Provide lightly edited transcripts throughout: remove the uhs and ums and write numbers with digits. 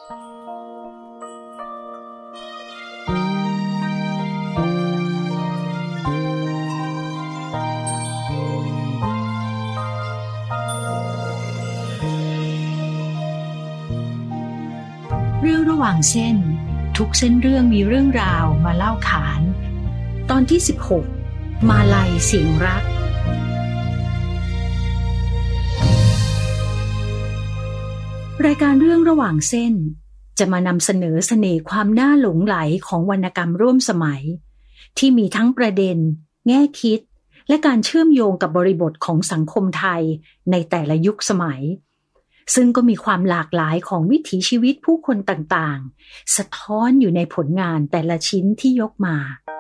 เรื่องระหว่างเส้นทุกเส้นเรื่องมีเรื่องราวมาเล่าขานตอนที่16มาลัยเสียงรักรายการเรื่องระหว่างเส้นจะมานำเสนอเสน่ห์ความน่าหลงไหลของวรรณกรรมร่วมสมัยที่มีทั้งประเด็นแง่คิดและการเชื่อมโยงกับบริบทของสังคมไทยในแต่ละยุคสมัยซึ่งก็มีความหลากหลายของวิถีชีวิตผู้คนต่างๆสะท้อนอยู่ในผลงานแต่ละชิ้นที่ยกมา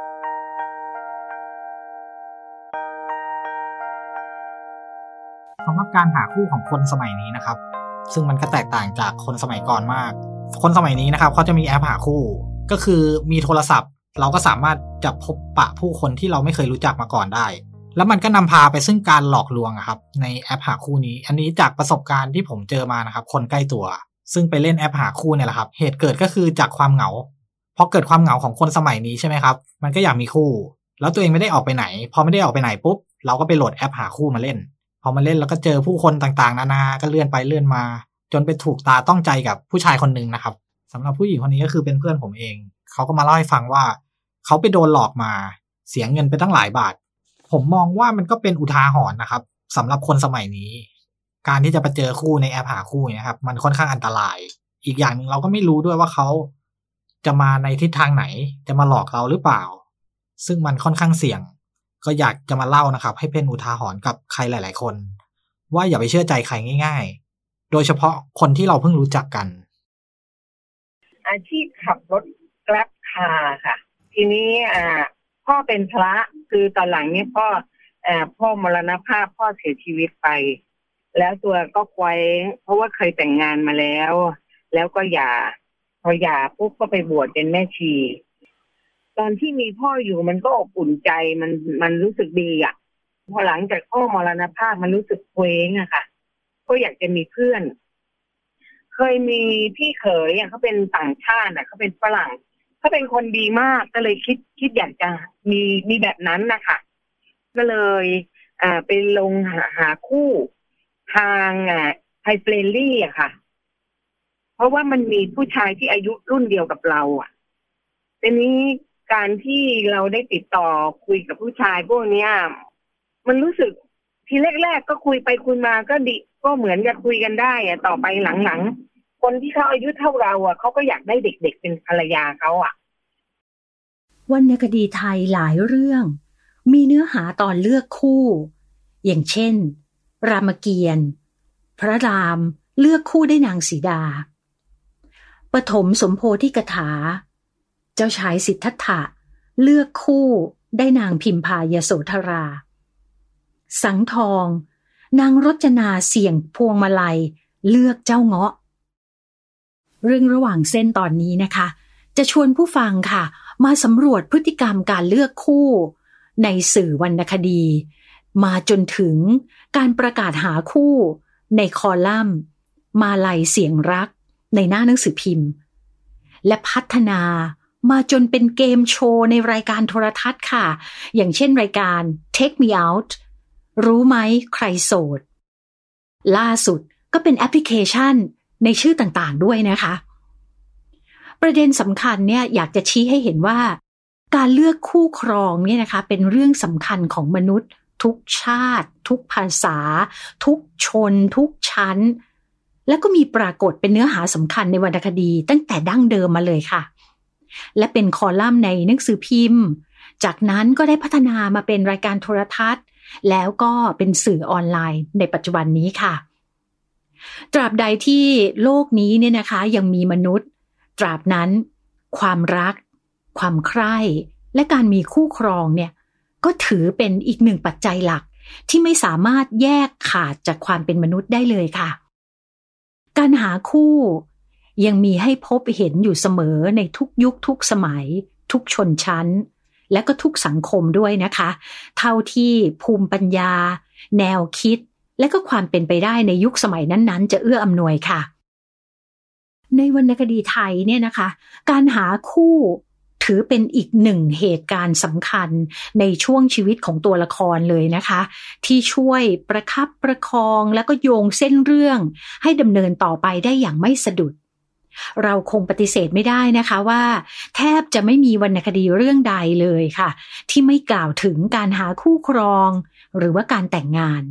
สำหรับการหาคู่ของคนสมัยนี้นะครับซึ่งมันก็แตกต่างจากคนสมัยก่อนมากคนสมัยนี้นะครับเขาจะมีแอปหาคู่ก็คือมีโทรศัพท์เราก็สามารถจะพบปะผู้คนที่เราไม่เคยรู้จักมาก่อนได้แล้วมันก็นำพาไปซึ่งการหลอกลวงครับในแอปหาคู่นี้อันนี้จากประสบการณ์ที่ผมเจอมานะครับคนใกล้ตัวซึ่งไปเล่นแอปหาคู่เนี่ยแหละครับเหตุเกิดก็คือจากความเหงาพอเกิดความเหงาของคนสมัยนี้ใช่ไหมครับมันก็อยากมีคู่แล้วตัวเองไม่ได้ออกไปไหนพอไม่ได้ออกไปไหนปุ๊บเราก็ไปโหลดแอปหาคู่มาเล่นพอมาเล่นแล้วก็เจอผู้คนต่างๆนานาก็เลื่อนไปเลื่อนมาจนไปถูกตาต้องใจกับผู้ชายคนนึงนะครับสำหรับผู้หญิงคนนี้ก็คือเป็นเพื่อนผมเองเขาก็มาเล่าให้ฟังว่าเขาไปโดนหลอกมาเสียเงินไปตั้งหลายบาทผมมองว่ามันก็เป็นอุทาหรณ์นะครับสำหรับคนสมัยนี้การที่จะไปเจอคู่ในแอปหาคู่เนี่ยครับมันค่อนข้างอันตรายอีกอย่างนึงเราก็ไม่รู้ด้วยว่าเขาจะมาในทิศทางไหนจะมาหลอกเราหรือเปล่าซึ่งมันค่อนข้างเสี่ยงก็อยากจะมาเล่านะครับให้เป็นอุทาหรณ์กับใครหลายๆคนว่าอย่าไปเชื่อใจใครง่ายๆโดยเฉพาะคนที่เราเพิ่งรู้จักกันอาชีพขับรถแกร็บคาร์ค่ะทีนี้พ่อเป็นพระคือตอนหลังนี้พ่อมรณภาพพ่อเสียชีวิตไปแล้วตัวก็เคว้งเพราะว่าเคยแต่งงานมาแล้วก็พอหย่าปุ๊บก็ไปบวชเป็นแม่ชีตอนที่มีพ่ออยู่มันก็อบอุ่นใจมันรู้สึกดีอ่ะพอหลังจากพ่อมรณภาพมันรู้สึกเคว้งอะค่ะก็อยากจะมีเพื่อนเคยมีพี่เขยเขาเป็นต่างชาติเขาเป็นฝรั่งเขาเป็นคนดีมากก็เลยคิดอยากจะมีแบบนั้นนะคะก็เลยไปลงหาคู่ทางไทยเฟรนลี่อะค่ะเพราะว่ามันมีผู้ชายที่อายุรุ่นเดียวกับเราอ่ะทีนี้การที่เราได้ติดต่อคุยกับผู้ชายพวกนี้มันรู้สึกทีแรกๆก็คุยไปคุยมาก็ดีก็เหมือนจะคุยกันได้อะต่อไปหลังๆคนที่เขาอายุเท่าเราอ่ะเขาก็อยากได้เด็กๆเป็นภรรยาเขาอ่ะวรรณคดีไทยหลายเรื่องมีเนื้อหาตอนเลือกคู่อย่างเช่นรามเกียรติ์พระรามเลือกคู่ได้นางสีดาปฐมสมโพธิกถาเจ้าชายสิทธัตถะเลือกคู่ได้นางพิมพายโสธราสังทองนางรจนาเสี่ยงพวงมาลัยเลือกเจ้าเงาะเรื่องระหว่างเส้นตอนนี้นะคะจะชวนผู้ฟังค่ะมาสำรวจพฤติกรรมการเลือกคู่ในสื่อวรรณคดีมาจนถึงการประกาศหาคู่ในคอลัมน์มาลัยเสียงรักในหน้าหนังสือพิมพ์และพัฒนามาจนเป็นเกมโชว์ในรายการโทรทัศน์ค่ะอย่างเช่นรายการ Take Me Out รู้ไหมใครโสดล่าสุดก็เป็นแอปพลิเคชันในชื่อต่างๆด้วยนะคะประเด็นสำคัญเนี่ยอยากจะชี้ให้เห็นว่าการเลือกคู่ครองเนี่ยนะคะเป็นเรื่องสำคัญของมนุษย์ทุกชาติทุกภาษาทุกชนทุกชั้นและก็มีปรากฏเป็นเนื้อหาสำคัญในวรรณคดีตั้งแต่ดั้งเดิมมาเลยค่ะและเป็นคอลัมน์ในหนังสือพิมพ์จากนั้นก็ได้พัฒนามาเป็นรายการโทรทัศน์แล้วก็เป็นสื่อออนไลน์ในปัจจุบันนี้ค่ะตราบใดที่โลกนี้เนี่ยนะคะยังมีมนุษย์ตราบนั้นความรักความใคร่และการมีคู่ครองเนี่ยก็ถือเป็นอีกหนึ่งปัจจัยหลักที่ไม่สามารถแยกขาดจากความเป็นมนุษย์ได้เลยค่ะการหาคู่ยังมีให้พบเห็นอยู่เสมอในทุกยุคทุกสมัยทุกชนชั้นและก็ทุกสังคมด้วยนะคะเท่าที่ภูมิปัญญาแนวคิดและก็ความเป็นไปได้ในยุคสมัยนั้นๆจะเอื้ออำนวยค่ะในวรรณคดีไทยเนี่ยนะคะการหาคู่ถือเป็นอีกหนึ่งเหตุการณ์สำคัญในช่วงชีวิตของตัวละครเลยนะคะที่ช่วยประคับประคองแล้วก็โยงเส้นเรื่องให้ดำเนินต่อไปได้อย่างไม่สะดุดเราคงปฏิเสธไม่ได้นะคะว่าแทบจะไม่มีวรรณคดีเรื่องใดเลยค่ะที่ไม่กล่าวถึงการหาคู่ครองหรือว่าการแต่งงาน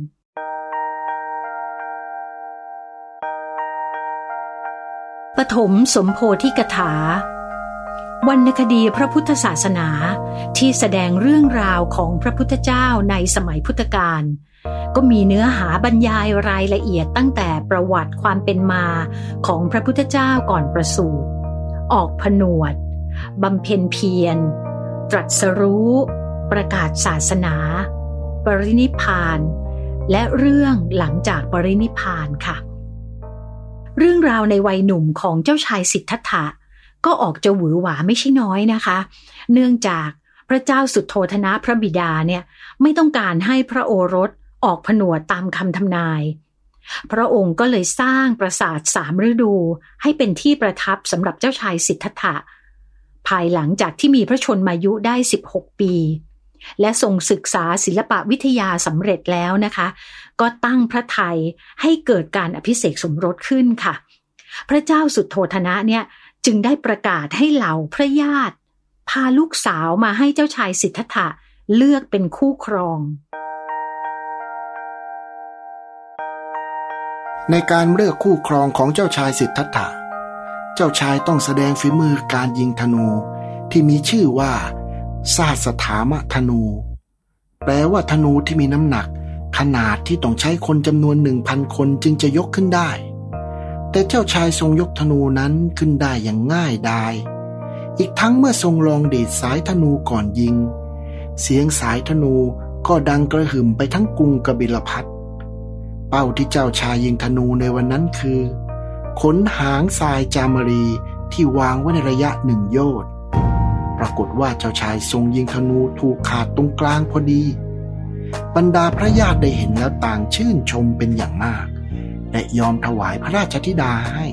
ปฐมสมโพธิกถาวรรณคดีพระพุทธศาสนาที่แสดงเรื่องราวของพระพุทธเจ้าในสมัยพุทธกาลก็มีเนื้อหาบรรยายรายละเอียดตั้งแต่ประวัติความเป็นมาของพระพุทธเจ้าก่อนประสูติออกผนวดบำเพ็ญเพียรตรัสรู้ประกาศศาสนาปรินิพพานและเรื่องหลังจากปรินิพพานค่ะเรื่องราวในวัยหนุ่มของเจ้าชายสิทธัตถะก็ออกจะหวือหวาไม่ใช่น้อยนะคะเนื่องจากพระเจ้าสุโธทนะพระบิดาเนี่ยไม่ต้องการให้พระโอรสออกผนวดตามคำทำนายพระองค์ก็เลยสร้างปราสาท3 ฤดูให้เป็นที่ประทับสำหรับเจ้าชายสิทธัตถะภายหลังจากที่มีพระชนมายุได้16 ปีและทรงศึกษาศิลปวิทยาสำเร็จแล้วนะคะก็ตั้งพระทัยให้เกิดการอภิเษกสมรสขึ้นค่ะพระเจ้าสุโธทนะเนี่ยจึงได้ประกาศให้เหล่าพระญาติพาลูกสาวมาให้เจ้าชายสิทธัตถะเลือกเป็นคู่ครองในการเลือกคู่ครองของเจ้าชายสิทธัตถะเจ้าชายต้องแสดงฝีมือการยิงธนูที่มีชื่อว่าสาสถามธนูแปลว่าธนูที่มีน้ำหนักขนาดที่ต้องใช้คนจำนวน 1,000 คนจึงจะยกขึ้นได้แต่เจ้าชายทรงยกธนูนั้นขึ้นได้อย่างง่ายดายอีกทั้งเมื่อทรงลองดีดสายธนูก่อนยิงเสียงสายธนูก็ดังกระหึ่มไปทั้งกรุงกบิลพัสเป้าที่เจ้าชายยิงธนูในวันนั้นคือขนหางทรายจามรีที่วางไว้ในระยะ1 โยชน์ปรากฏว่าเจ้าชายทรงยิงธนูถูกขาดตรงกลางพอดีบรรดาพระญาติได้เห็นแล้วต่างชื่นชมเป็นอย่างมากและยอมถวายพระราชธิดาให้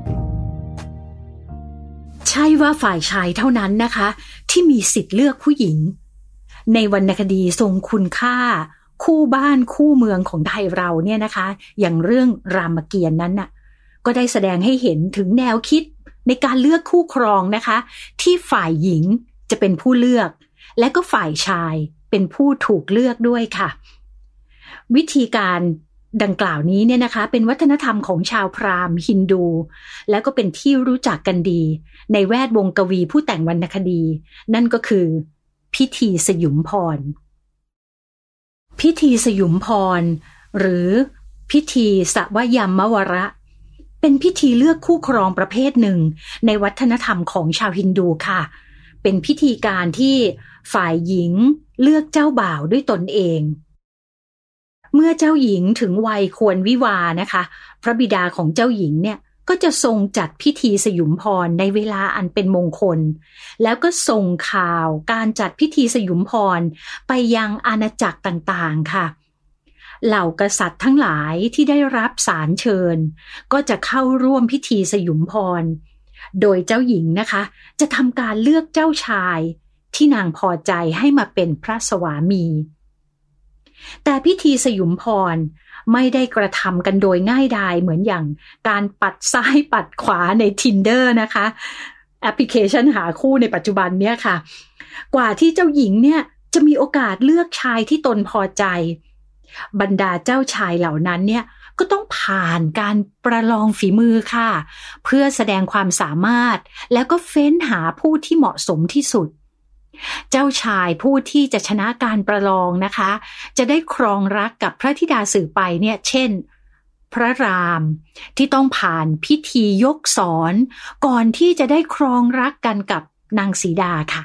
ใช่ว่าฝ่ายชายเท่านั้นนะคะที่มีสิทธิ์เลือกผู้หญิงในวรรณคดีทรงคุณค่าคู่บ้านคู่เมืองของไทยเราเนี่ยนะคะอย่างเรื่องรามเกียรติ์นั้นน่ะก็ได้แสดงให้เห็นถึงแนวคิดในการเลือกคู่ครองนะคะที่ฝ่ายหญิงจะเป็นผู้เลือกและก็ฝ่ายชายเป็นผู้ถูกเลือกด้วยค่ะวิธีการดังกล่าวนี้เนี่ยนะคะเป็นวัฒนธรรมของชาวพราหมณ์ฮินดูแล้วก็เป็นที่รู้จักกันดีในแวดวงกวีผู้แต่งวรรณคดีนั่นก็คือพิธีสยุมพรพิธีสยุมพรหรือพิธีสวยัมมวระเป็นพิธีเลือกคู่ครองประเภทหนึ่งในวัฒนธรรมของชาวฮินดูค่ะเป็นพิธีการที่ฝ่ายหญิงเลือกเจ้าบ่าวด้วยตนเองเมื่อเจ้าหญิงถึงวัยควรวิวานะคะพระบิดาของเจ้าหญิงเนี่ยก็จะทรงจัดพิธีสยุมพรในเวลาอันเป็นมงคลแล้วก็ส่งข่าวการจัดพิธีสยุมพรไปยังอาณาจักรต่างๆค่ะเหล่ากษัตริย์ทั้งหลายที่ได้รับสารเชิญก็จะเข้าร่วมพิธีสยุมพรโดยเจ้าหญิงนะคะจะทำการเลือกเจ้าชายที่นางพอใจให้มาเป็นพระสวามีแต่พิธีสยุมพรไม่ได้กระทำกันโดยง่ายดายเหมือนอย่างการปัดซ้ายปัดขวาใน Tinder นะคะแอปพลิเคชันหาคู่ในปัจจุบันเนี่ยค่ะกว่าที่เจ้าหญิงเนี่ยจะมีโอกาสเลือกชายที่ตนพอใจบรรดาเจ้าชายเหล่านั้นเนี่ยก็ต้องผ่านการประลองฝีมือค่ะเพื่อแสดงความสามารถแล้วก็เฟ้นหาผู้ที่เหมาะสมที่สุดเจ้าชายผู้ที่จะชนะการประลองนะคะจะได้ครองรักกับพระธิดาสืบไปเนี่ยเช่นพระรามที่ต้องผ่านพิธียกศรก่อนที่จะได้ครองรักกันกับนางสีดาค่ะ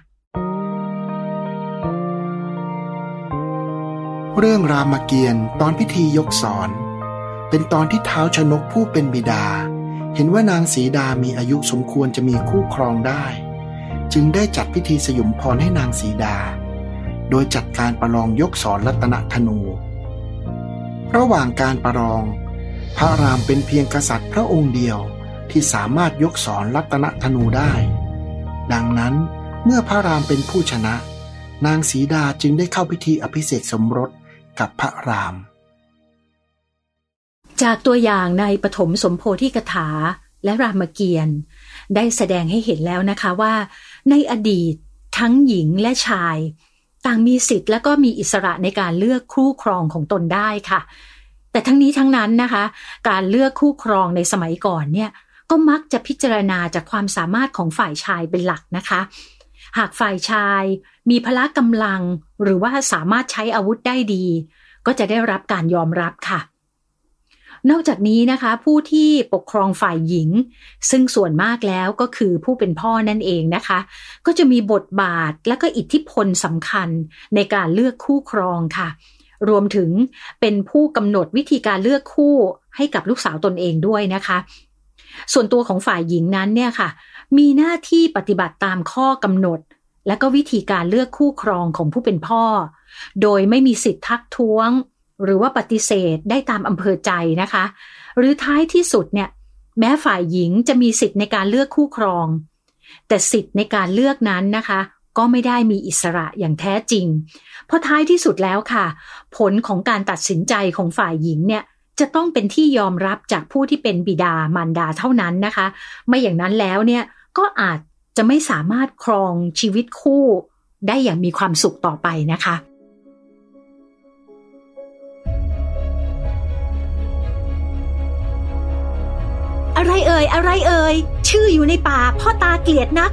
เรื่องรามเกียรติ์ตอนพิธียกศรเป็นตอนที่ท้าวชนกผู้เป็นบิดาเห็นว่านางสีดามีอายุสมควรจะมีคู่ครองได้จึงได้จัดพิธีสยุมพรให้นางสีดาโดยจัดการประลองยกศรรัตนธนูระหว่างการประลองพระรามเป็นเพียงกษัตริย์พระองค์เดียวที่สามารถยกศรรัตนธนูได้ดังนั้นเมื่อพระรามเป็นผู้ชนะนางสีดาจึงได้เข้าพิธีอภิเษกสมรสกับพระรามจากตัวอย่างในปฐมสมโพธิกถาและรามเกียรติ์ได้แสดงให้เห็นแล้วนะคะว่าในอดีตทั้งหญิงและชายต่างมีสิทธิ์และก็มีอิสระในการเลือกคู่ครองของตนได้ค่ะแต่ทั้งนี้ทั้งนั้นนะคะการเลือกคู่ครองในสมัยก่อนเนี่ยก็มักจะพิจารณาจากความสามารถของฝ่ายชายเป็นหลักนะคะหากฝ่ายชายมีพละกำลังหรือว่าสามารถใช้อาวุธได้ดีก็จะได้รับการยอมรับค่ะนอกจากนี้นะคะผู้ที่ปกครองฝ่ายหญิงซึ่งส่วนมากแล้วก็คือผู้เป็นพ่อนั่นเองนะคะก็จะมีบทบาทและก็อิทธิพลสำคัญในการเลือกคู่ครองค่ะรวมถึงเป็นผู้กำหนดวิธีการเลือกคู่ให้กับลูกสาวตนเองด้วยนะคะส่วนตัวของฝ่ายหญิงนั้นเนี่ยค่ะมีหน้าที่ปฏิบัติตามข้อกำหนดและก็วิธีการเลือกคู่ครองของผู้เป็นพ่อโดยไม่มีสิทธิ์ทักท้วงหรือว่าปฏิเสธได้ตามอำเภอใจนะคะหรือท้ายที่สุดเนี่ยแม้ฝ่ายหญิงจะมีสิทธิ์ในการเลือกคู่ครองแต่สิทธิ์ในการเลือกนั้นนะคะก็ไม่ได้มีอิสระอย่างแท้จริงเพราะท้ายที่สุดแล้วค่ะผลของการตัดสินใจของฝ่ายหญิงเนี่ยจะต้องเป็นที่ยอมรับจากผู้ที่เป็นบิดามารดาเท่านั้นนะคะไม่อย่างนั้นแล้วเนี่ยก็อาจจะไม่สามารถครองชีวิตคู่ได้อย่างมีความสุขต่อไปนะคะอะไรเอ่ยชื่ออยู่ในป่าพ่อตาเกลียดนัก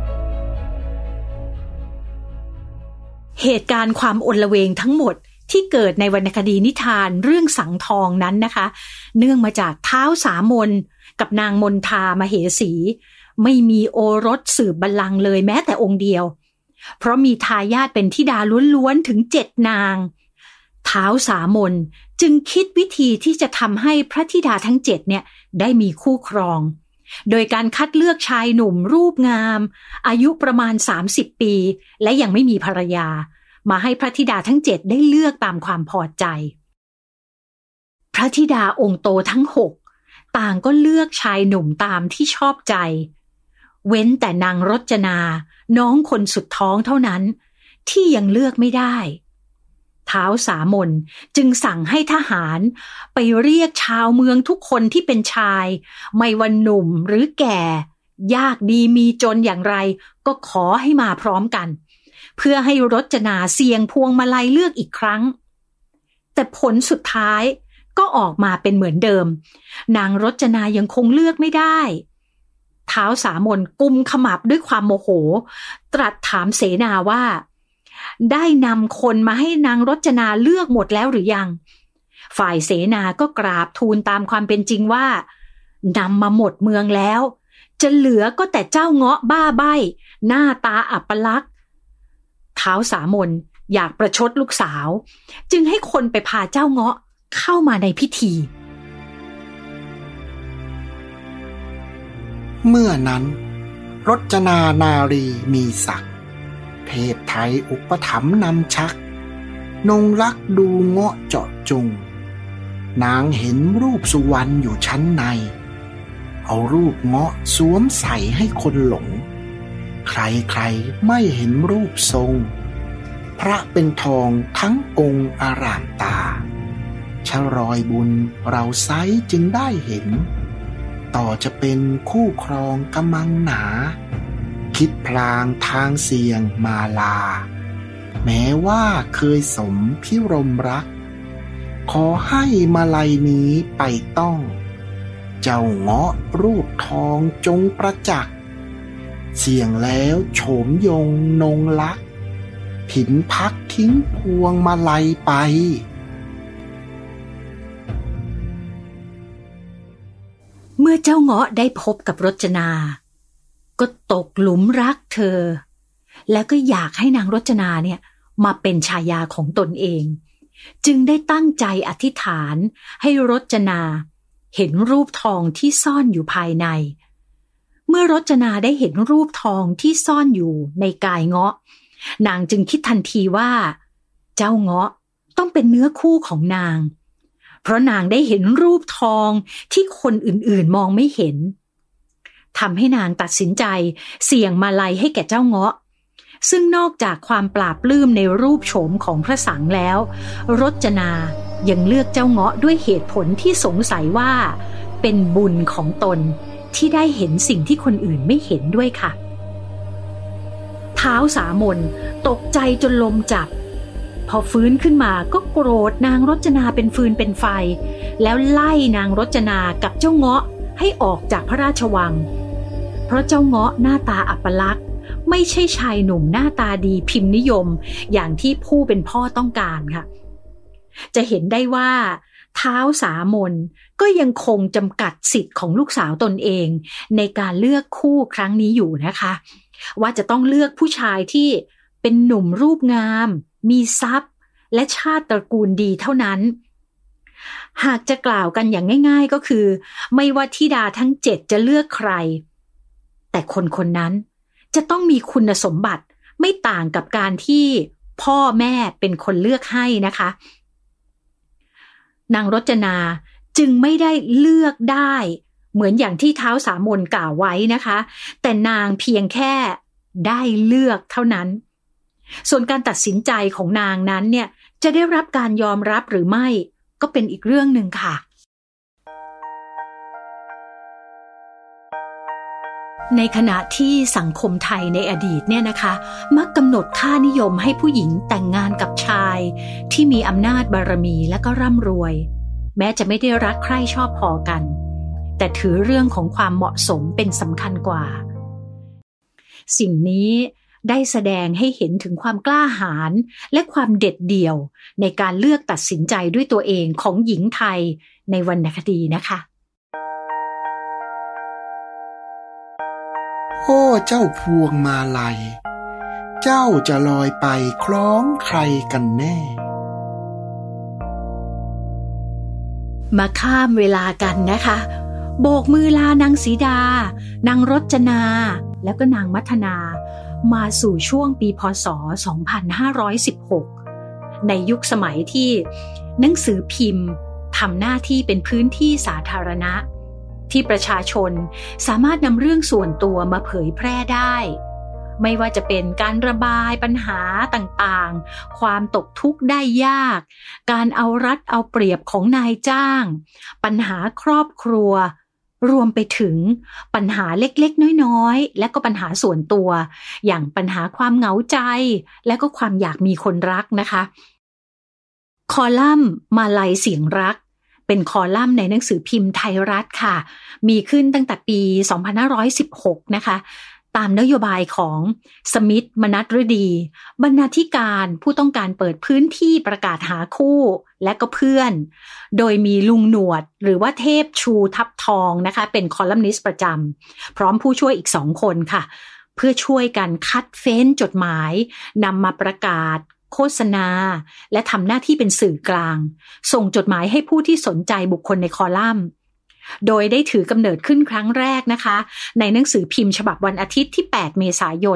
เหตุการณ์ความอลเวงทั้งหมดที่เกิดในวรรณคดีนิทานเรื่องสังทองนั้นนะคะเนื่องมาจากท้าวสามนกับนางมนทามเหสีไม่มีโอรสสืบบัลลังก์เลยแม้แต่องค์เดียวเพราะมีทายาทเป็นธิดาล้วนๆถึง7 นางท้าวสามนจึงคิดวิธีที่จะทำให้พระธิดาทั้ง7เนี่ยได้มีคู่ครองโดยการคัดเลือกชายหนุ่มรูปงามอายุประมาณ30 ปีและยังไม่มีภรรยามาให้พระธิดาทั้ง7ได้เลือกตามความพอใจพระธิดาองค์โตทั้ง6ต่างก็เลือกชายหนุ่มตามที่ชอบใจเว้นแต่นางรจนาน้องคนสุดท้องเท่านั้นที่ยังเลือกไม่ได้ท้าวสามนจึงสั่งให้ทหารไปเรียกชาวเมืองทุกคนที่เป็นชายไม่ว่าหนุ่มหรือแก่ยากดีมีจนอย่างไรก็ขอให้มาพร้อมกันเพื่อให้รจนาเสี่ยงพวงมาลัยเลือกอีกครั้งแต่ผลสุดท้ายก็ออกมาเป็นเหมือนเดิมนางรจนายังคงเลือกไม่ได้ท้าวสามนกุมขมับด้วยความโมโหตรัสถามเสนาว่าได้นำคนมาให้นางรจนาเลือกหมดแล้วหรือยังฝ่ายเสนาก็กราบทูลตามความเป็นจริงว่านำมาหมดเมืองแล้วจะเหลือก็แต่เจ้าเงาะบ้าใบ้หน้าตาอัปลักษณ์ท้าวสามนอยากประชดลูกสาวจึงให้คนไปพาเจ้าเงาะเข้ามาในพิธีเมื่อนั้นรจนานารีมีศักดิ์เทพไทยอุปถัมภ์นำชักนงรักดูเงาะเจาะจงนางเห็นรูปสุวรรณอยู่ชั้นในเอารูปเงาะสวมใส่ให้คนหลงใครๆไม่เห็นรูปทรงพระเป็นทองทั้งองค์อารามตาชะรอยบุญเราไซร้จึงได้เห็นต่อจะเป็นคู่ครองกำมังหนาคิดพลางทางเสี่ยงมาลาแม้ว่าเคยสมพิรมรักขอให้มาลัยนี้ไปต้องเจ้าเงาะรูปทองจงประจักษ์เสี่ยงแล้วโฉมยงนงลักษ์ผินพักทิ้งพวงมาลัยไปเมื่อเจ้าเงาะได้พบกับรจนาก็ตกหลุมรักเธอแล้วก็อยากให้นางรจนาเนี่ยมาเป็นชายาของตนเองจึงได้ตั้งใจอธิษฐานให้รจนาเห็นรูปทองที่ซ่อนอยู่ภายในเมื่อรจนาได้เห็นรูปทองที่ซ่อนอยู่ในกายเงาะนางจึงคิดทันทีว่าเจ้าเงาะต้องเป็นเนื้อคู่ของนางเพราะนางได้เห็นรูปทองที่คนอื่นๆมองไม่เห็นทำให้นางตัดสินใจเสี่ยงมาลัยให้แก่เจ้าเงาะซึ่งนอกจากความปราบปลื้มในรูปโฉมของพระสังแล้วรจนายังเลือกเจ้าเงาะด้วยเหตุผลที่สงสัยว่าเป็นบุญของตนที่ได้เห็นสิ่งที่คนอื่นไม่เห็นด้วยค่ะท้าวสามนตกใจจนลมจับพอฟื้นขึ้นมาก็โกรธนางรจนาเป็นฟืนเป็นไฟแล้วไล่นางรจนากับเจ้าเงาะให้ออกจากพระราชวังเพราะเจ้าเงาะหน้าตาอัปลักษณ์ไม่ใช่ชายหนุ่มหน้าตาดีพิมพ์นิยมอย่างที่ผู้เป็นพ่อต้องการค่ะจะเห็นได้ว่าท้าวสามนก็ยังคงจำกัดสิทธิ์ของลูกสาวตนเองในการเลือกคู่ครั้งนี้อยู่นะคะว่าจะต้องเลือกผู้ชายที่เป็นหนุ่มรูปงามมีทรัพย์และชาติตระกูลดีเท่านั้นหากจะกล่าวกันอย่างง่ายๆก็คือไม่ว่าธิดาทั้ง7จะเลือกใครแต่คนๆนั้นจะต้องมีคุณสมบัติไม่ต่างกับการที่พ่อแม่เป็นคนเลือกให้นะคะนางรจนาจึงไม่ได้เลือกได้เหมือนอย่างที่ท้าวสามนกล่าวไว้นะคะแต่นางเพียงแค่ได้เลือกเท่านั้นส่วนการตัดสินใจของนางนั้นเนี่ยจะได้รับการยอมรับหรือไม่ก็เป็นอีกเรื่องหนึ่งค่ะในขณะที่สังคมไทยในอดีตเนี่ยนะคะมักกำหนดค่านิยมให้ผู้หญิงแต่งงานกับชายที่มีอำนาจบารมีและก็ร่ำรวยแม้จะไม่ได้รักใคร่ชอบพอกันแต่ถือเรื่องของความเหมาะสมเป็นสำคัญกว่าสิ่งนี้ได้แสดงให้เห็นถึงความกล้าหาญและความเด็ดเดี่ยวในการเลือกตัดสินใจด้วยตัวเองของหญิงไทยในวรรณคดีนะคะโอ้เจ้าพวงมาลัยเจ้าจะลอยไปคล้องใครกันแน่มาข้ามเวลากันนะคะโบกมือลานางสีดานางรจนาแล้วก็นางมัทนามาสู่ช่วงปีพ.ศ. 2516ในยุคสมัยที่หนังสือพิมพ์ทำหน้าที่เป็นพื้นที่สาธารณะที่ประชาชนสามารถนำเรื่องส่วนตัวมาเผยแพร่ได้ไม่ว่าจะเป็นการระบายปัญหาต่างๆความตกทุกข์ได้ยากการเอารัดเอาเปรียบของนายจ้างปัญหาครอบครัวรวมไปถึงปัญหาเล็กๆน้อยๆและก็ปัญหาส่วนตัวอย่างปัญหาความเหงาใจและก็ความอยากมีคนรักนะคะคอลัมน์มาลัยเสียงรักเป็นคอลัมน์ในหนังสือพิมพ์ไทยรัฐค่ะมีขึ้นตั้งแต่ปี2516นะคะตามนโยบายของสมิทธ มนัสฤดีบรรณาธิการผู้ต้องการเปิดพื้นที่ประกาศหาคู่และก็เพื่อนโดยมีลุงหนวดหรือว่าเทพชูทับทองนะคะเป็นคอลัมนิสต์ประจำพร้อมผู้ช่วยอีก2 คนค่ะเพื่อช่วยกันคัดเฟ้นจดหมายนำมาประกาศโฆษณาและทำหน้าที่เป็นสื่อกลางส่งจดหมายให้ผู้ที่สนใจบุคคลในคอลัมน์โดยได้ถือกำเนิดขึ้นครั้งแรกนะคะในหนังสือพิมพ์ฉบับวันอาทิตย์ที่8เมษายน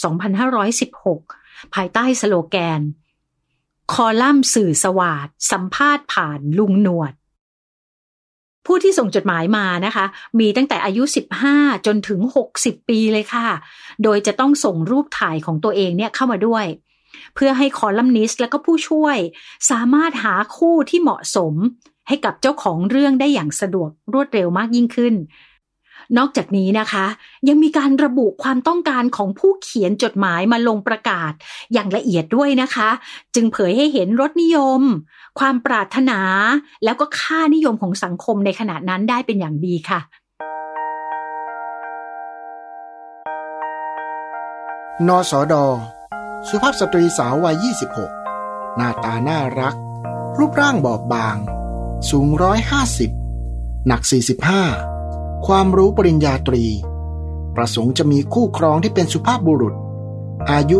2516ภายใต้สโลแกนคอลัมน์สื่อสวาทสัมภาษณ์ผ่านลุงหนวดผู้ที่ส่งจดหมายมานะคะมีตั้งแต่อายุ15จนถึง60ปีเลยค่ะโดยจะต้องส่งรูปถ่ายของตัวเองเนี่ยเข้ามาด้วยเพื่อให้คอลัมนิสต์และก็ผู้ช่วยสามารถหาคู่ที่เหมาะสมให้กับเจ้าของเรื่องได้อย่างสะดวกรวดเร็วมากยิ่งขึ้นนอกจากนี้นะคะยังมีการระบุความต้องการของผู้เขียนจดหมายมาลงประกาศอย่างละเอียดด้วยนะคะจึงเผยให้เห็นรสนิยมความปรารถนาแล้วก็ค่านิยมของสังคมในขณะนั้นได้เป็นอย่างดีค่ะนสด.สุภาพสตรีสาววัย26หน้าตาน่ารักรูปร่างบอบบางสูง150หนัก45ความรู้ปริญญาตรีประสงค์จะมีคู่ครองที่เป็นสุภาพบุรุษอายุ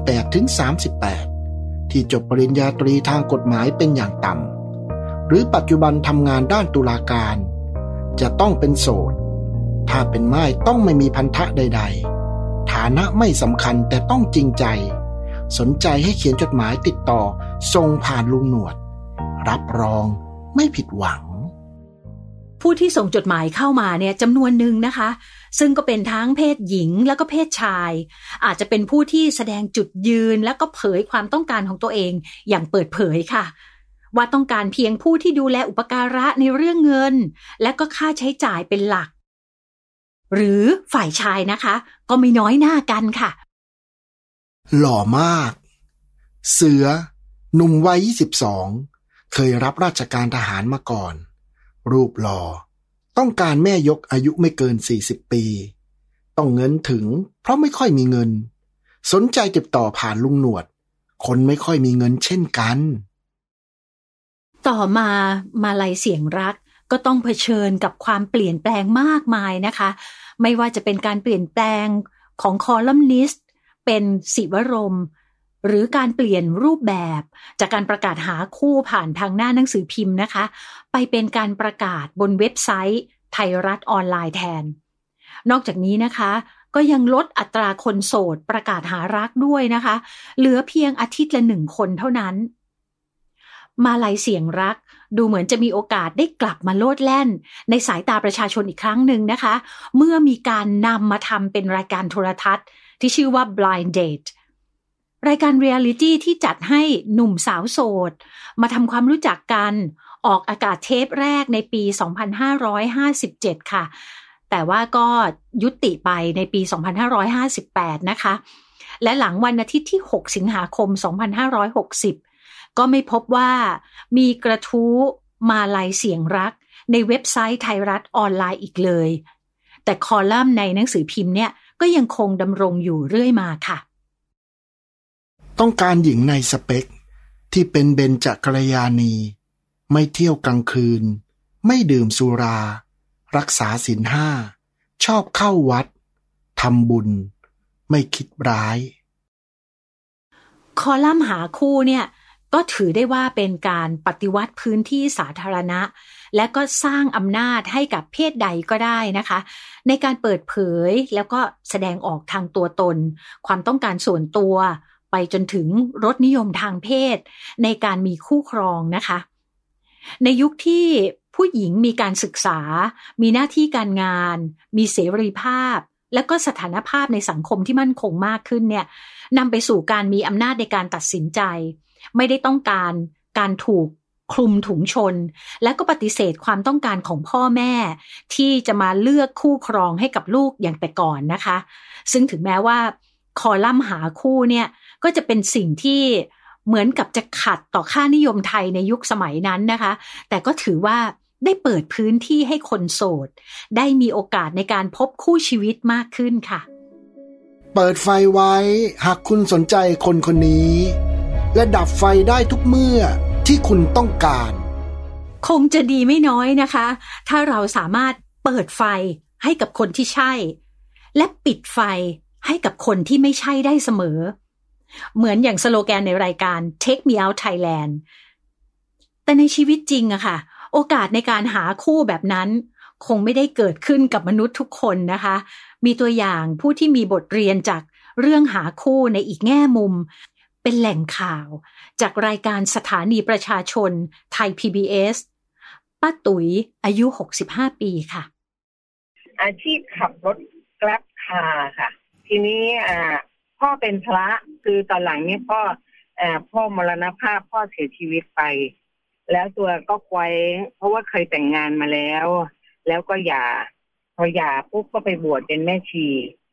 28-38 ที่จบปริญญาตรีทางกฎหมายเป็นอย่างต่ำหรือปัจจุบันทำงานด้านตุลาการจะต้องเป็นโสดถ้าเป็นม่ายต้องไม่มีพันธะใดๆฐานะไม่สำคัญแต่ต้องจริงใจสนใจให้เขียนจดหมายติดต่อส่งผ่านลุงหนวดรับรองไม่ผิดหวังผู้ที่ส่งจดหมายเข้ามาเนี่ยจำนวนหนึ่งนะคะซึ่งก็เป็นทั้งเพศหญิงแล้วก็เพศชายอาจจะเป็นผู้ที่แสดงจุดยืนและก็เผยความต้องการของตัวเองอย่างเปิดเผยค่ะว่าต้องการเพียงผู้ที่ดูแลอุปการะในเรื่องเงินและก็ค่าใช้จ่ายเป็นหลักหรือฝ่ายชายนะคะก็ไม่น้อยหน้ากันค่ะหล่อมากเสือหนุ่มวัย22เคยรับราชการทหารมาก่อนรูปหล่อต้องการแม่ยกอายุไม่เกิน40ปีต้องเงินถึงเพราะไม่ค่อยมีเงินสนใจติดต่อผ่านลุงหนวดคนไม่ค่อยมีเงินเช่นกันต่อมาลัยเสียงรักก็ต้องเผชิญกับความเปลี่ยนแปลงมากมายนะคะไม่ว่าจะเป็นการเปลี่ยนแปลงของคอลัมนิสต์เป็นศิวรมหรือการเปลี่ยนรูปแบบจากการประกาศหาคู่ผ่านทางหน้าหนังสือพิมพ์นะคะไปเป็นการประกาศบนเว็บไซต์ไทยรัฐออนไลน์แทนนอกจากนี้นะคะก็ยังลดอัตราคนโสดประกาศหารักด้วยนะคะเหลือเพียงอาทิตย์ละ1 คนเท่านั้นมาลัยเสียงรักดูเหมือนจะมีโอกาสได้กลับมาโลดแล่นในสายตาประชาชนอีกครั้งหนึ่งนะคะเมื่อมีการนำมาทำเป็นรายการโทรทัศน์ที่ชื่อว่า Blind Date รายการเรียลลิตี้ที่จัดให้หนุ่มสาวโสดมาทำความรู้จักกันออกอากาศเทปแรกในปี 2557 ค่ะแต่ว่าก็ยุติไปในปี 2558 นะคะและหลังวันอาทิตย์ที่ 6 สิงหาคม 2560 ก็ไม่พบว่ามีกระทู้มาลัยเสียงรักในเว็บไซต์ไทยรัฐออนไลน์อีกเลยแต่คอลัมน์ในหนังสือพิมพ์เนี่ยก็ยังคงดำรงอยู่เรื่อยมาค่ะต้องการหญิงในสเปคที่เป็นเบญจกัลยาณีไม่เที่ยวกลางคืนไม่ดื่มสุรารักษาศีล 5ชอบเข้าวัดทำบุญไม่คิดร้ายคอลัมน์หาคู่เนี่ยก็ถือได้ว่าเป็นการปฏิวัติพื้นที่สาธารณะและก็สร้างอำนาจให้กับเพศใดก็ได้นะคะในการเปิดเผยแล้วก็แสดงออกทางตัวตนความต้องการส่วนตัวไปจนถึงรสนิยมทางเพศในการมีคู่ครองนะคะในยุคที่ผู้หญิงมีการศึกษามีหน้าที่การงานมีเสรีภาพและก็สถานภาพในสังคมที่มั่นคงมากขึ้นเนี่ยนำไปสู่การมีอำนาจในการตัดสินใจไม่ได้ต้องการถูกคลุมถุงชนและก็ปฏิเสธความต้องการของพ่อแม่ที่จะมาเลือกคู่ครองให้กับลูกอย่างแต่ก่อนนะคะซึ่งถึงแม้ว่าคอลัมน์หาคู่เนี่ยก็จะเป็นสิ่งที่เหมือนกับจะขัดต่อค่านิยมไทยในยุคสมัยนั้นนะคะแต่ก็ถือว่าได้เปิดพื้นที่ให้คนโสดได้มีโอกาสในการพบคู่ชีวิตมากขึ้นค่ะเปิดไฟไว้หากคุณสนใจคนคนนี้และดับไฟได้ทุกเมื่อที่คุณต้องการคงจะดีไม่น้อยนะคะถ้าเราสามารถเปิดไฟให้กับคนที่ใช่และปิดไฟให้กับคนที่ไม่ใช่ได้เสมอเหมือนอย่างสโลแกนในรายการ Take Me Out Thailand แต่ในชีวิตจริงอะค่ะโอกาสในการหาคู่แบบนั้นคงไม่ได้เกิดขึ้นกับมนุษย์ทุกคนนะคะมีตัวอย่างผู้ที่มีบทเรียนจากเรื่องหาคู่ในอีกแง่มุมเป็นแหล่งข่าวจากรายการสถานีประชาชนไทย PBS ป้าตุ๋ยอายุ65 ปีค่ะอาชีพขับรถแกร็บคาร์ค่ะทีนี้พ่อเป็นพระคือตอนหลังนี้พ่อมรณภาพพ่อเสียชีวิตไปแล้วตัวก็เคว้งเพราะว่าเคยแต่งงานมาแล้วก็พอหย่าปุ๊บก็ไปบวชเป็นแม่ชี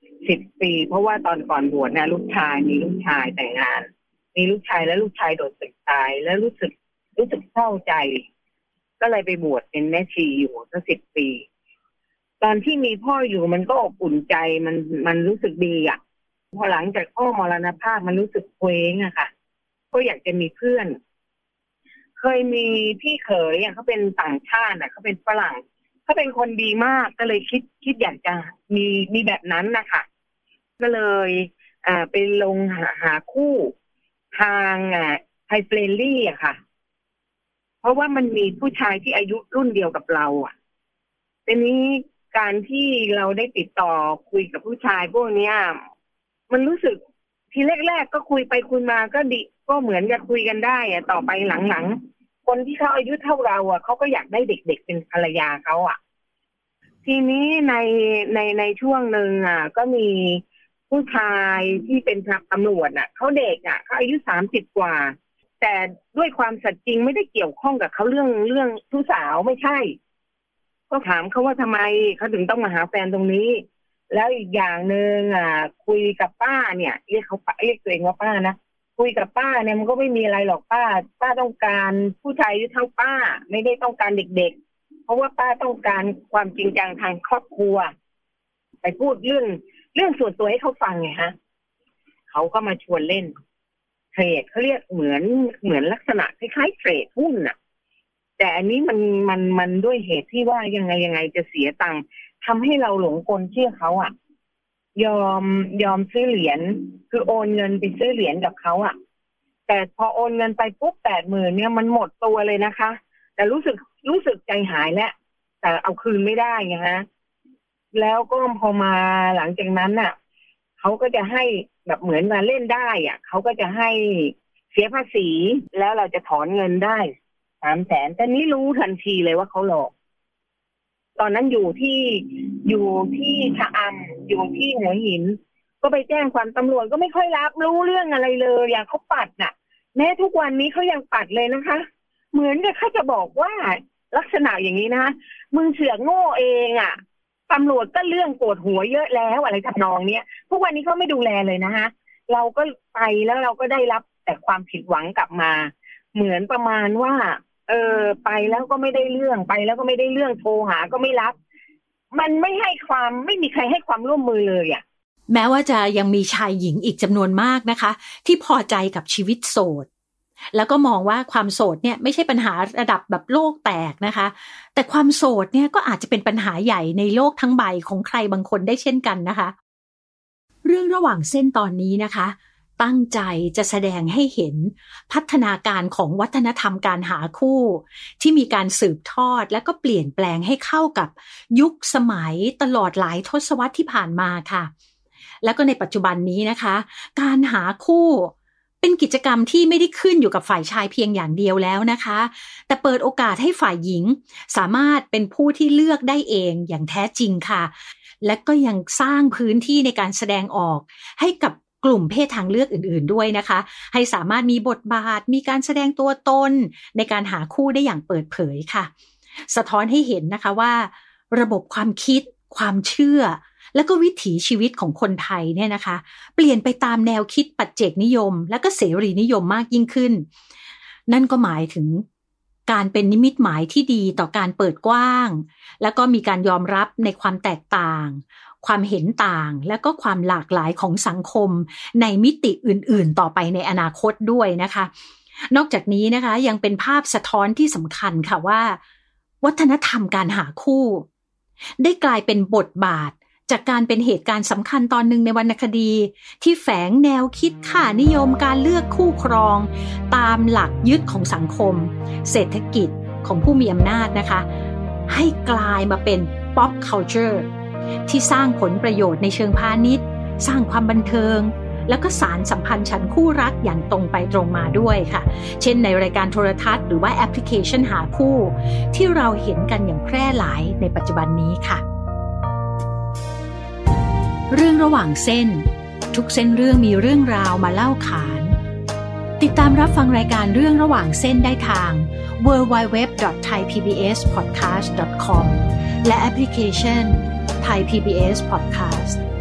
10 ปีเพราะว่าตอนก่อนบวชนะมีลูกชายแต่งงานมีลูกชายแล้วลูกชายโดดตึกตายแล้วรู้สึกเศร้าใจก็เลยไปบวชเป็นแม่ชีอยู่สัก10 ปีตอนที่มีพ่ออยู่มันก็อบอุ่นใจมันรู้สึกดีอ่ะพอหลังจากพ่อมรณภาพมันรู้สึกเคว้งอะค่ะก็อยากจะมีเพื่อนเคยมีพี่เขยเขาเป็นต่างชาติเขาเป็นฝรั่งเขาเป็นคนดีมากก็เลยคิดอยากจะมีแบบนั้นนะคะก็เลยไปลงหาคู่ทางไทยเฟรนลี่อะค่ะเพราะว่ามันมีผู้ชายที่อายุรุ่นเดียวกับเราอ่ะทีนี้การที่เราได้ติดต่อคุยกับผู้ชายพวกนี้มันรู้สึกทีแรกๆก็คุยไปคุยมาก็ดีก็เหมือนจะคุยกันได้ต่อไปหลังๆคนที่เขาอายุเท่าเราเขาก็อยากได้เด็กๆเป็นภรรยาเขาทีทีนี้ในช่วงหนึ่งก็มีผู้ชายที่เป็นตำรวจเขาเด็กเขาอายุ30 กว่าแต่ด้วยความสัตย์จริงไม่ได้เกี่ยวข้องกับเขาเรื่องผู้สาวไม่ใช่ก็ถามเขาว่าทำไมเขาถึงต้องมาหาแฟนตรงนี้แล้วอีกอย่างหนึ่งคุยกับป้าเนี่ยเรียกตัวเองว่าป้านะคุยกับป้าเนี่ยมันก็ไม่มีอะไรหรอกป้าต้องการผู้ชายอายุเท่าป้าไม่ได้ต้องการเด็กๆเพราะว่าป้าต้องการความจริงจังทางครอบครัวไปพูดเรื่องส่วนตัวให้เขาฟังไงฮะเขาก็มาชวนเล่นเทรดเขาเรียกเหมือนลักษณะคล้ายๆเทรดหุ้นแต่อันนี้มันด้วยเหตุที่ว่ายังไงจะเสียตังค์ทำให้เราหลงกลเชื่อเขายอมซื้อเหรียญคือโอนเงินไปซื้อเหรียญกับเขาแต่พอโอนเงินไปปุ๊บ80,000เนี่ยมันหมดตัวเลยนะคะแต่รู้สึกใจหายแล้วแต่เอาคืนไม่ได้ไงฮะแล้วก็พอมาหลังจากนั้นเขาก็จะให้แบบเหมือนมาเล่นได้เขาก็จะให้เสียภาษีแล้วเราจะถอนเงินได้300,000แต่นี้รู้ทันทีเลยว่าเขาหลอกตอนนั้นอยู่ที่ชะอำอยู่ที่หัวหินก็ไปแจ้งความตำรวจก็ไม่ค่อยรับรู้เรื่องอะไรเลยอย่างเขาปัดแม้ทุกวันนี้เขายังปัดเลยนะคะเหมือนกับเขาจะบอกว่าลักษณะอย่างนี้นะคะมึงเสือกโง่เองตำรวจก็เรื่องปวดหัวเยอะแล้วอะไรทำนองเนี้ยทุกวันนี้เขาไม่ดูแลเลยนะคะเราก็ไปแล้วเราก็ได้รับแต่ความผิดหวังกลับมาเหมือนประมาณว่าไปแล้วก็ไม่ได้เรื่องไปแล้วก็ไม่ได้เรื่องโทรหาก็ไม่รับมันไม่มีใครให้ความร่วมมือเลยแม้ว่าจะยังมีชายหญิงอีกจำนวนมากนะคะที่พอใจกับชีวิตโสดแล้วก็มองว่าความโสดเนี่ยไม่ใช่ปัญหาระดับแบบโลกแตกนะคะแต่ความโสดเนี่ยก็อาจจะเป็นปัญหาใหญ่ในโลกทั้งใบของใครบางคนได้เช่นกันนะคะเรื่องระหว่างเส้นตอนนี้นะคะตั้งใจจะแสดงให้เห็นพัฒนาการของวัฒนธรรมการหาคู่ที่มีการสืบทอดและก็เปลี่ยนแปลงให้เข้ากับยุคสมัยตลอดหลายทศวรรษที่ผ่านมาค่ะแล้วก็ในปัจจุบันนี้นะคะการหาคู่เป็นกิจกรรมที่ไม่ได้ขึ้นอยู่กับฝ่ายชายเพียงอย่างเดียวแล้วนะคะแต่เปิดโอกาสให้ฝ่ายหญิงสามารถเป็นผู้ที่เลือกได้เองอย่างแท้จริงค่ะและก็ยังสร้างพื้นที่ในการแสดงออกให้กับกลุ่มเพศทางเลือกอื่นๆด้วยนะคะให้สามารถมีบทบาทมีการแสดงตัวตนในการหาคู่ได้อย่างเปิดเผยค่ะสะท้อนให้เห็นนะคะว่าระบบความคิดความเชื่อและก็วิถีชีวิตของคนไทยเนี่ยนะคะเปลี่ยนไปตามแนวคิดปัจเจกนิยมและก็เสรีนิยมมากยิ่งขึ้นนั่นก็หมายถึงการเป็นนิมิตหมายที่ดีต่อการเปิดกว้างแล้วก็มีการยอมรับในความแตกต่างความเห็นต่างและก็ความหลากหลายของสังคมในมิติอื่นๆต่อไปในอนาคตด้วยนะคะนอกจากนี้นะคะยังเป็นภาพสะท้อนที่สำคัญค่ะว่าวัฒนธรรมการหาคู่ได้กลายเป็นบทบาทจากการเป็นเหตุการณ์สำคัญตอนหนึ่งในวรรณคดีที่แฝงแนวคิดค่านิยมการเลือกคู่ครองตามหลักยึดของสังคมเศรษฐกิจของผู้มีอำนาจนะคะให้กลายมาเป็น pop culture ที่สร้างผลประโยชน์ในเชิงพาณิชย์สร้างความบันเทิงแล้วก็สารสัมพันธ์ฉันคู่รักอย่างตรงไปตรงมาด้วยค่ะเช่นในรายการโทรทัศน์หรือว่าแอปพลิเคชันหาคู่ที่เราเห็นกันอย่างแพร่หลายในปัจจุบันนี้ค่ะเรื่องระหว่างเส้นทุกเส้นเรื่องมีเรื่องราวมาเล่าขานติดตามรับฟังรายการเรื่องระหว่างเส้นได้ทาง www.thaipbspodcast.com และแอปพลิเคชัน Thai PBS Podcast